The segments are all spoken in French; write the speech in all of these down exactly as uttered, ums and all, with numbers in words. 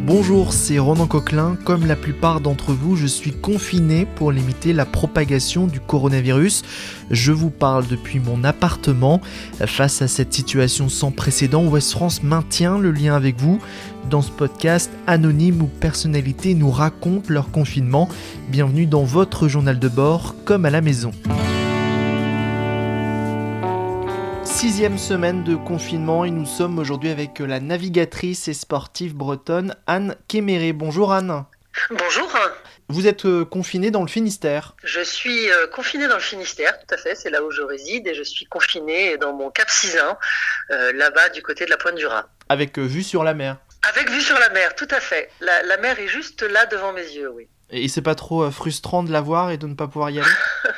Bonjour, c'est Ronan Coquelin. Comme la plupart d'entre vous, je suis confiné pour limiter la propagation du coronavirus. Je vous parle depuis mon appartement. Face à cette situation sans précédent, Ouest France maintient le lien avec vous. Dans ce podcast, anonymes ou personnalités nous racontent leur confinement. Bienvenue dans votre journal de bord, comme à la maison. Sixième semaine de confinement et nous sommes aujourd'hui avec la navigatrice et sportive bretonne Anne Kéméré. Bonjour Anne. Bonjour. Vous êtes euh, confinée dans le Finistère. Je suis euh, confinée dans le Finistère, tout à fait, c'est là où je réside et je suis confinée dans mon Cap Sizun, euh, là-bas du côté de la Pointe du Raz. Avec euh, vue sur la mer. Avec vue sur la mer, tout à fait. La, la mer est juste là devant mes yeux, oui. Et c'est pas trop euh, frustrant de la voir et de ne pas pouvoir y aller?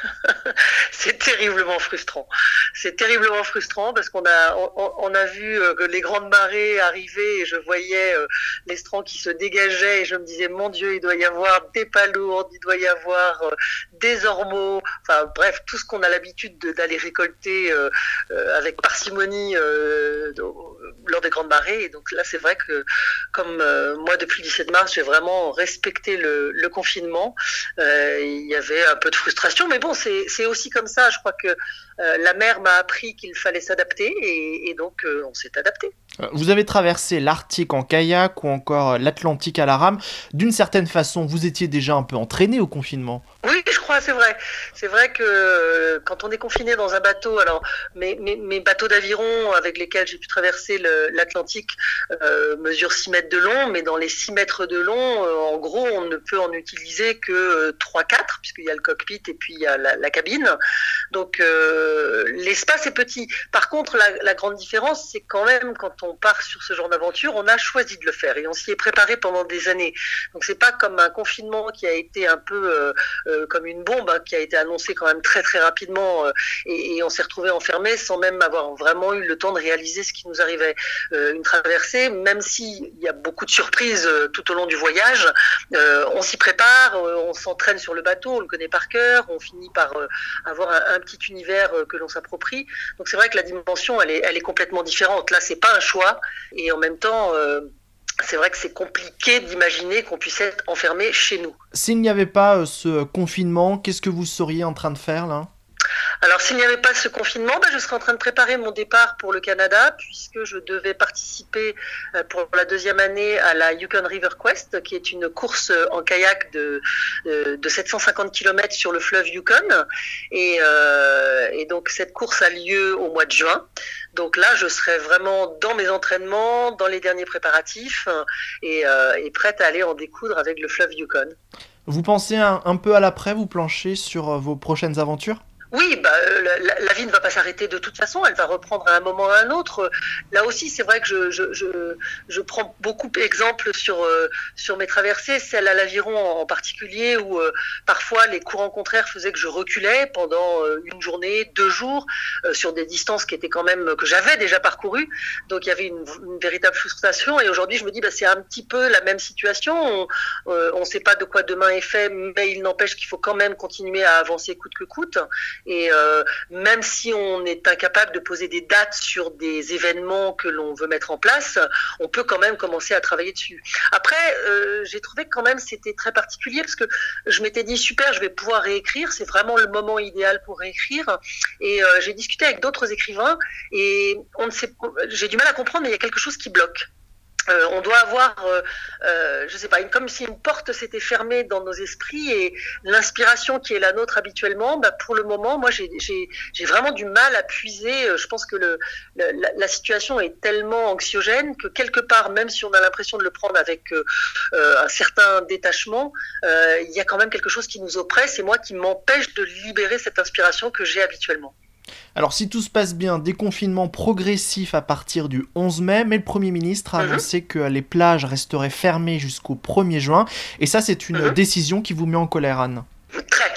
C'est terriblement frustrant. C'est terriblement frustrant parce qu'on a on, on a vu que les grandes marées arrivaient et je voyais l'estran qui se dégageait et je me disais mon Dieu, il doit y avoir des palourdes, il doit y avoir des ormeaux, enfin bref, tout ce qu'on a l'habitude de, d'aller récolter euh, avec parcimonie euh, lors des grandes marées. Et donc là, c'est vrai que comme euh, moi, depuis le dix-sept mars, j'ai vraiment respecté le, le confinement. Euh, il y avait un peu de frustration, mais bon, c'est, c'est aussi comme ça. Je crois que euh, la mer m'a appris qu'il fallait s'adapter et, et donc euh, on s'est adapté. Vous avez traversé l'Arctique en kayak ou encore l'Atlantique à la rame. D'une certaine façon, vous étiez déjà un peu entraîné au confinement. Oui, je crois, c'est vrai. C'est vrai que euh, quand on est confiné dans un bateau, alors mes, mes, mes bateaux d'aviron avec lesquels j'ai pu traverser le, l'Atlantique euh, mesurent six mètres de long, mais dans les six mètres de long, euh, en gros, on ne peut en utiliser que euh, trois quatre, puisqu'il y a le cockpit et puis il y a la, la cabine. Donc euh, l'espace est petit. Par contre, la, la grande différence, c'est quand même quand on part sur ce genre d'aventure, on a choisi de le faire et on s'y est préparé pendant des années. Donc c'est pas comme un confinement qui a été un peu euh, euh, comme une bombe, hein, qui a été annoncé quand même très très rapidement euh, et, et on s'est retrouvé enfermé sans même avoir vraiment eu le temps de réaliser ce qui nous arrivait. Euh, une traversée, même s'il y a beaucoup de surprises euh, tout au long du voyage, euh, on s'y prépare, euh, on s'entraîne sur le bateau, on le connaît par cœur, on finit par euh, avoir un, un petit univers euh, que l'on s'approprie. Donc c'est vrai que la dimension, elle est, elle est complètement différente. Là, c'est pas un choix et en même temps, euh, c'est vrai que c'est compliqué d'imaginer qu'on puisse être enfermé chez nous. S'il n'y avait pas euh, ce confinement, qu'est-ce que vous seriez en train de faire là ? Alors, s'il n'y avait pas ce confinement, ben, je serais en train de préparer mon départ pour le Canada, puisque je devais participer euh, pour la deuxième année à la Yukon River Quest, qui est une course en kayak de, de, de sept cent cinquante kilomètres sur le fleuve Yukon. Et, euh, et donc, cette course a lieu au mois de juin. Donc là, je serai vraiment dans mes entraînements, dans les derniers préparatifs, et, euh, et prête à aller en découdre avec le fleuve Yukon. Vous pensez un, un peu à l'après, vous planchez sur vos prochaines aventures ? Oui, bah, la, la vie ne va pas s'arrêter de toute façon, elle va reprendre à un moment ou à un autre. Là aussi, c'est vrai que je, je, je, je prends beaucoup d'exemples sur, euh, sur mes traversées, celle à l'Aviron en, en particulier, où euh, parfois les courants contraires faisaient que je reculais pendant euh, une journée, deux jours, euh, sur des distances qui étaient quand même, que j'avais déjà parcourues. Donc il y avait une, une véritable frustration. Et aujourd'hui, je me dis, bah, c'est un petit peu la même situation. On euh, ne sait pas de quoi demain est fait, mais il n'empêche qu'il faut quand même continuer à avancer coûte que coûte. Et euh, même si on est incapable de poser des dates sur des événements que l'on veut mettre en place, on peut quand même commencer à travailler dessus. Après, euh, j'ai trouvé que quand même c'était très particulier parce que je m'étais dit super, je vais pouvoir réécrire, c'est vraiment le moment idéal pour réécrire. Et euh, j'ai discuté avec d'autres écrivains et on ne sait, j'ai du mal à comprendre, mais il y a quelque chose qui bloque. Euh, on doit avoir, euh, euh, je sais pas, une, comme si une porte s'était fermée dans nos esprits et l'inspiration qui est la nôtre habituellement, bah pour le moment, moi j'ai, j'ai, j'ai vraiment du mal à puiser. Je pense que le, le, la, la situation est tellement anxiogène que quelque part, même si on a l'impression de le prendre avec euh, un certain détachement, euh, il y a quand même quelque chose qui nous oppresse et moi qui m'empêche de libérer cette inspiration que j'ai habituellement. Alors si tout se passe bien, déconfinement progressif à partir du onze mai, mais le Premier ministre a mm-hmm. annoncé que les plages resteraient fermées jusqu'au premier juin, et ça c'est une mm-hmm. décision qui vous met en colère, Anne. Très.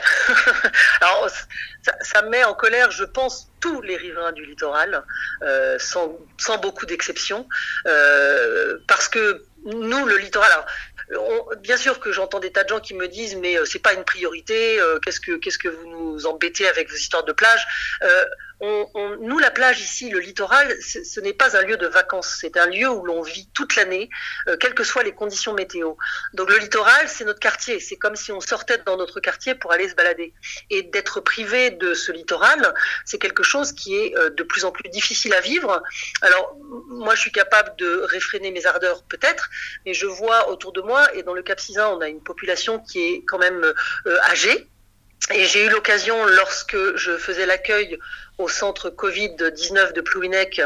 Alors ça, ça met en colère, je pense, tous les riverains du littoral, euh, sans, sans beaucoup d'exceptions, euh, parce que nous, le littoral, alors, on, bien sûr que j'entends des tas de gens qui me disent mais euh, c'est pas une priorité, euh, qu'est-ce que qu'est-ce que vous nous embêtez avec vos histoires de plage. euh, on, on, nous, la plage ici, le littoral, ce n'est pas un lieu de vacances, c'est un lieu où l'on vit toute l'année, euh, quelles que soient les conditions météo. Donc le littoral, c'est notre quartier, c'est comme si on sortait dans notre quartier pour aller se balader. Et d'être privé de ce littoral, c'est quelque chose qui est euh, de plus en plus difficile à vivre. Alors moi, je suis capable de réfréner mes ardeurs peut-être, mais je vois autour de moi, et dans le Cap-Sizun, on a une population qui est quand même euh, âgée. Et j'ai eu l'occasion, lorsque je faisais l'accueil au centre covid dix-neuf de Plouhinec,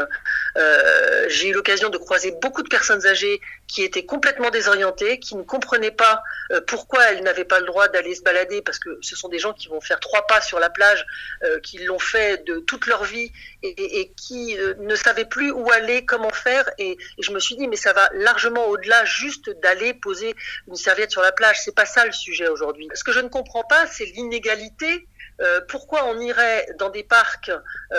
euh, j'ai eu l'occasion de croiser beaucoup de personnes âgées qui étaient complètement désorientées, qui ne comprenaient pas euh, pourquoi elles n'avaient pas le droit d'aller se balader, parce que ce sont des gens qui vont faire trois pas sur la plage, euh, qui l'ont fait de toute leur vie et, et, et qui euh, ne savaient plus où aller, comment faire. Et, et je me suis dit, mais ça va largement au-delà juste d'aller poser une serviette sur la plage. C'est pas ça le sujet aujourd'hui. Ce que je ne comprends pas, c'est l'inégalité. Euh, pourquoi on irait dans des parcs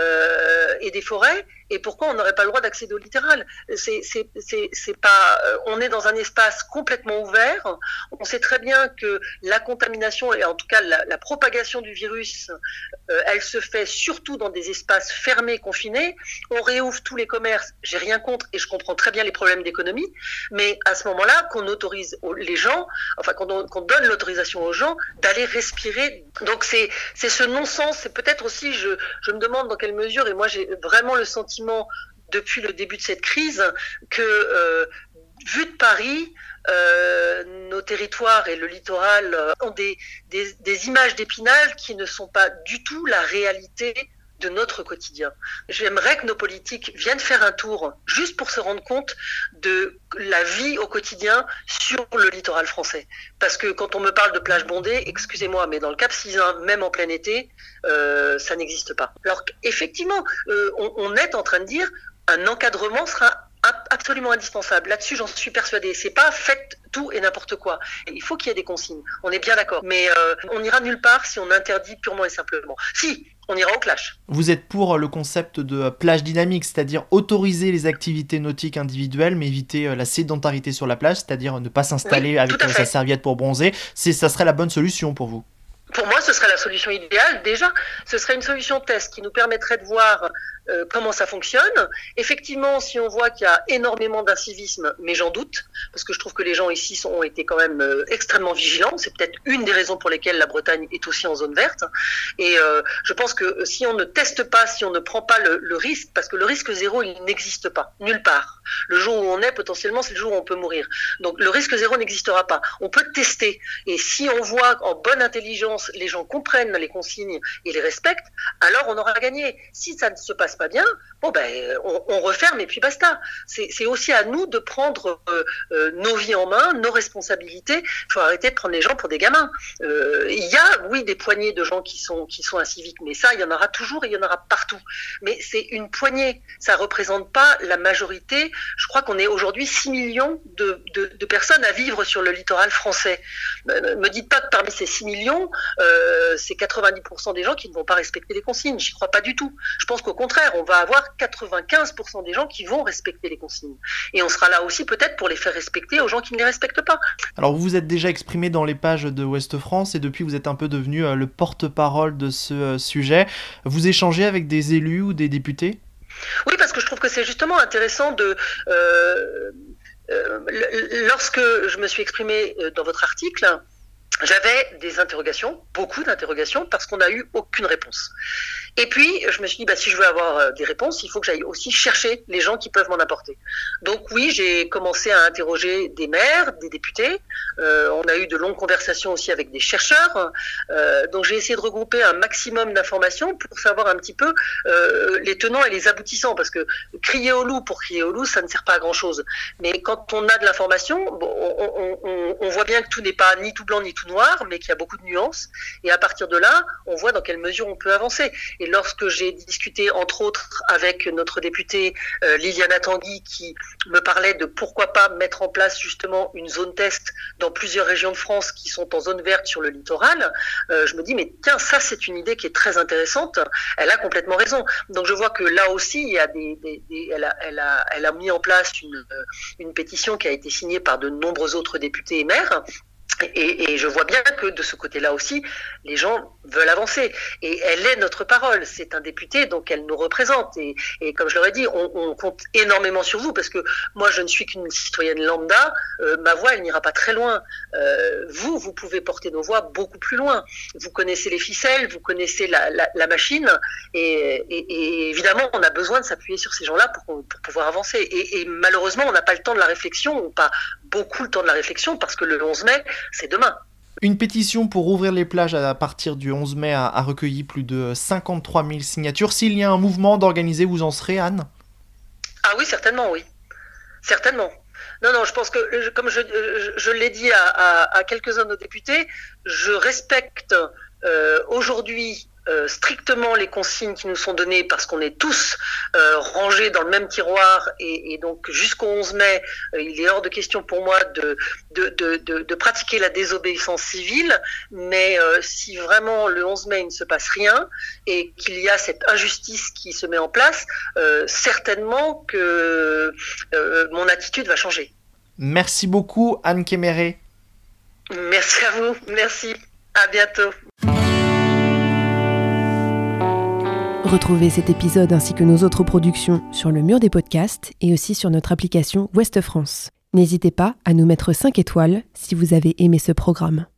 euh, et des forêts et pourquoi on n'aurait pas le droit d'accéder au littoral? C'est, c'est, c'est, c'est pas. Euh, on est dans un espace complètement ouvert. On sait très bien que la contamination et en tout cas la, la propagation du virus, euh, elle se fait surtout dans des espaces fermés, confinés. On réouvre tous les commerces. J'ai rien contre et je comprends très bien les problèmes d'économie. Mais à ce moment-là, qu'on autorise les gens, enfin qu'on, don, qu'on donne l'autorisation aux gens d'aller respirer. Donc c'est, c'est ce non-sens. C'est peut-être aussi, je, je me demande dans quelle mesure, et moi j'ai vraiment le sentiment depuis le début de cette crise que euh, vu de Paris, euh, nos territoires et le littoral euh, ont des, des, des images d'Épinal qui ne sont pas du tout la réalité de notre quotidien. J'aimerais que nos politiques viennent faire un tour juste pour se rendre compte de la vie au quotidien sur le littoral français. Parce que quand on me parle de plage bondée, excusez-moi, mais dans le Cap-Sizun, même en plein été, euh, ça n'existe pas. Alors effectivement, euh, on, on est en train de dire un encadrement sera absolument indispensable. Là-dessus, j'en suis persuadée. C'est pas faites tout et n'importe quoi. Il faut qu'il y ait des consignes. On est bien d'accord. Mais euh, on n'ira nulle part si on interdit purement et simplement. Si, on ira au clash. Vous êtes pour le concept de plage dynamique, c'est-à-dire autoriser les activités nautiques individuelles, mais éviter la sédentarité sur la plage, c'est-à-dire ne pas s'installer oui, avec sa serviette pour bronzer. C'est, ça serait la bonne solution pour vous? Pour moi, ce serait la solution idéale. Déjà, ce serait une solution test qui nous permettrait de voir euh, comment ça fonctionne. Effectivement, si on voit qu'il y a énormément d'incivisme, mais j'en doute, parce que je trouve que les gens ici sont, ont été quand même euh, extrêmement vigilants. C'est peut-être une des raisons pour lesquelles la Bretagne est aussi en zone verte. Et euh, je pense que si on ne teste pas, si on ne prend pas le, le risque, parce que le risque zéro, il n'existe pas, nulle part. Le jour où on est, potentiellement, c'est le jour où on peut mourir. Donc le risque zéro n'existera pas. On peut tester. Et si on voit en bonne intelligence, les gens comprennent les consignes et les respectent, alors on aura gagné. Si ça ne se passe pas bien, bon ben on, on referme et puis basta. C'est, c'est aussi à nous de prendre euh, euh, nos vies en main, nos responsabilités. Il faut arrêter de prendre les gens pour des gamins. Euh, il y a, oui, des poignées de gens qui sont qui sont inciviques, mais ça, il y en aura toujours et il y en aura partout. Mais c'est une poignée. Ça représente pas la majorité. Je crois qu'on est aujourd'hui six millions de, de, de personnes à vivre sur le littoral français. Ne me dites pas que parmi ces six millions, Euh, c'est quatre-vingt-dix pour cent des gens qui ne vont pas respecter les consignes. J'y crois pas du tout. Je pense qu'au contraire, on va avoir quatre-vingt-quinze pour cent des gens qui vont respecter les consignes. Et on sera là aussi peut-être pour les faire respecter aux gens qui ne les respectent pas. Alors vous vous êtes déjà exprimé dans les pages de Ouest France et depuis vous êtes un peu devenu euh, le porte-parole de ce euh, sujet. Vous échangez avec des élus ou des députés ? Oui, parce que je trouve que c'est justement intéressant de... Euh, euh, lorsque je me suis exprimée dans votre article, j'avais des interrogations, beaucoup d'interrogations, parce qu'on n'a eu aucune réponse. Et puis, je me suis dit, bah, si je veux avoir des réponses, il faut que j'aille aussi chercher les gens qui peuvent m'en apporter. Donc oui, j'ai commencé à interroger des maires, des députés. Euh, on a eu de longues conversations aussi avec des chercheurs. Euh, donc j'ai essayé de regrouper un maximum d'informations pour savoir un petit peu euh, les tenants et les aboutissants. Parce que crier au loup pour crier au loup, ça ne sert pas à grand-chose. Mais quand on a de l'information, bon, on, on, on voit bien que tout n'est pas ni tout blanc ni tout noir, mais qu'il y a beaucoup de nuances. Et à partir de là, on voit dans quelle mesure on peut avancer. Et lorsque j'ai discuté, entre autres, avec notre députée euh, Liliana Tanguy, qui me parlait de pourquoi pas mettre en place justement une zone test dans plusieurs régions de France qui sont en zone verte sur le littoral, euh, je me dis, mais tiens, ça c'est une idée qui est très intéressante. Elle a complètement raison. Donc je vois que là aussi, il y a des, des, des elle, a, elle, a, elle a mis en place une, une pétition qui a été signée par de nombreux autres députés et maires. Et, et je vois bien que de ce côté-là aussi, les gens veulent avancer. Et elle est notre parole. C'est un député, donc elle nous représente. Et, et comme je l'aurais dit, on, on compte énormément sur vous, parce que moi, je ne suis qu'une citoyenne lambda. Euh, ma voix, elle n'ira pas très loin. Euh, vous, vous pouvez porter nos voix beaucoup plus loin. Vous connaissez les ficelles, vous connaissez la, la, la machine. Et, et, et évidemment, on a besoin de s'appuyer sur ces gens-là pour, pour pouvoir avancer. Et, et malheureusement, on n'a pas le temps de la réflexion, ou pas beaucoup le temps de la réflexion, parce que le onze mai, c'est demain. Une pétition pour ouvrir les plages à partir du onze mai a, a recueilli plus de cinquante-trois mille signatures. S'il y a un mouvement d'organiser, vous en serez, Anne ? Ah oui, certainement, oui. Certainement. Non, non, je pense que, comme je, je, je l'ai dit à, à, à quelques-uns de nos députés, je respecte euh, aujourd'hui Euh, strictement les consignes qui nous sont données, parce qu'on est tous euh, rangés dans le même tiroir, et, et donc jusqu'au onze mai, euh, il est hors de question pour moi de, de, de, de, de pratiquer la désobéissance civile, mais euh, si vraiment le onze mai il ne se passe rien et qu'il y a cette injustice qui se met en place, euh, certainement que euh, mon attitude va changer. Merci beaucoup, Anne Kéméré. Merci à vous, merci, à bientôt. Retrouvez cet épisode ainsi que nos autres productions sur le mur des podcasts et aussi sur notre application Ouest France. N'hésitez pas à nous mettre cinq étoiles si vous avez aimé ce programme.